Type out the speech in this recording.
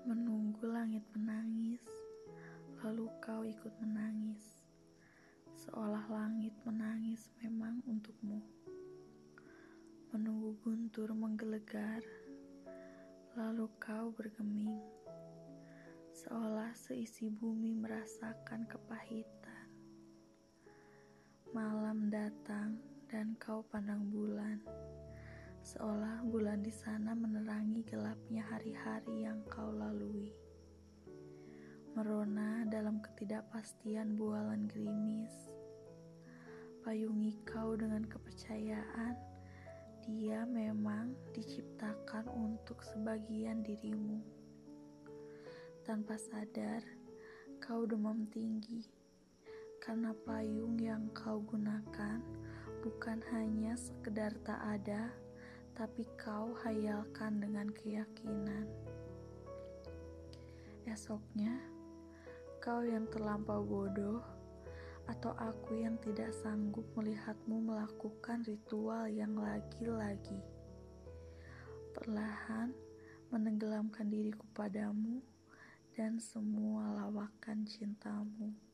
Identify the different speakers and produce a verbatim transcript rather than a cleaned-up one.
Speaker 1: Menunggu langit menangis, lalu kau ikut menangis, seolah langit menangis memang untukmu. Menunggu guntur menggelegar, lalu kau bergeming, seolah seisi bumi merasakan kepahitan. Malam datang dan kau pandang bulan, seolah bulan di sana menerangi gelapnya hari-hari yang kau lalui. Merona dalam ketidakpastian bualan gerimis, payungi kau dengan kepercayaan dia memang diciptakan untuk sebagian dirimu. Tanpa sadar, kau demam tinggi, karena payung yang kau gunakan bukan hanya sekedar tak ada, tapi kau hayalkan dengan keyakinan. Esoknya, kau yang terlampau bodoh, atau aku yang tidak sanggup melihatmu melakukan ritual yang lagi-lagi perlahan menenggelamkan diriku padamu dan semua lawakan cintamu.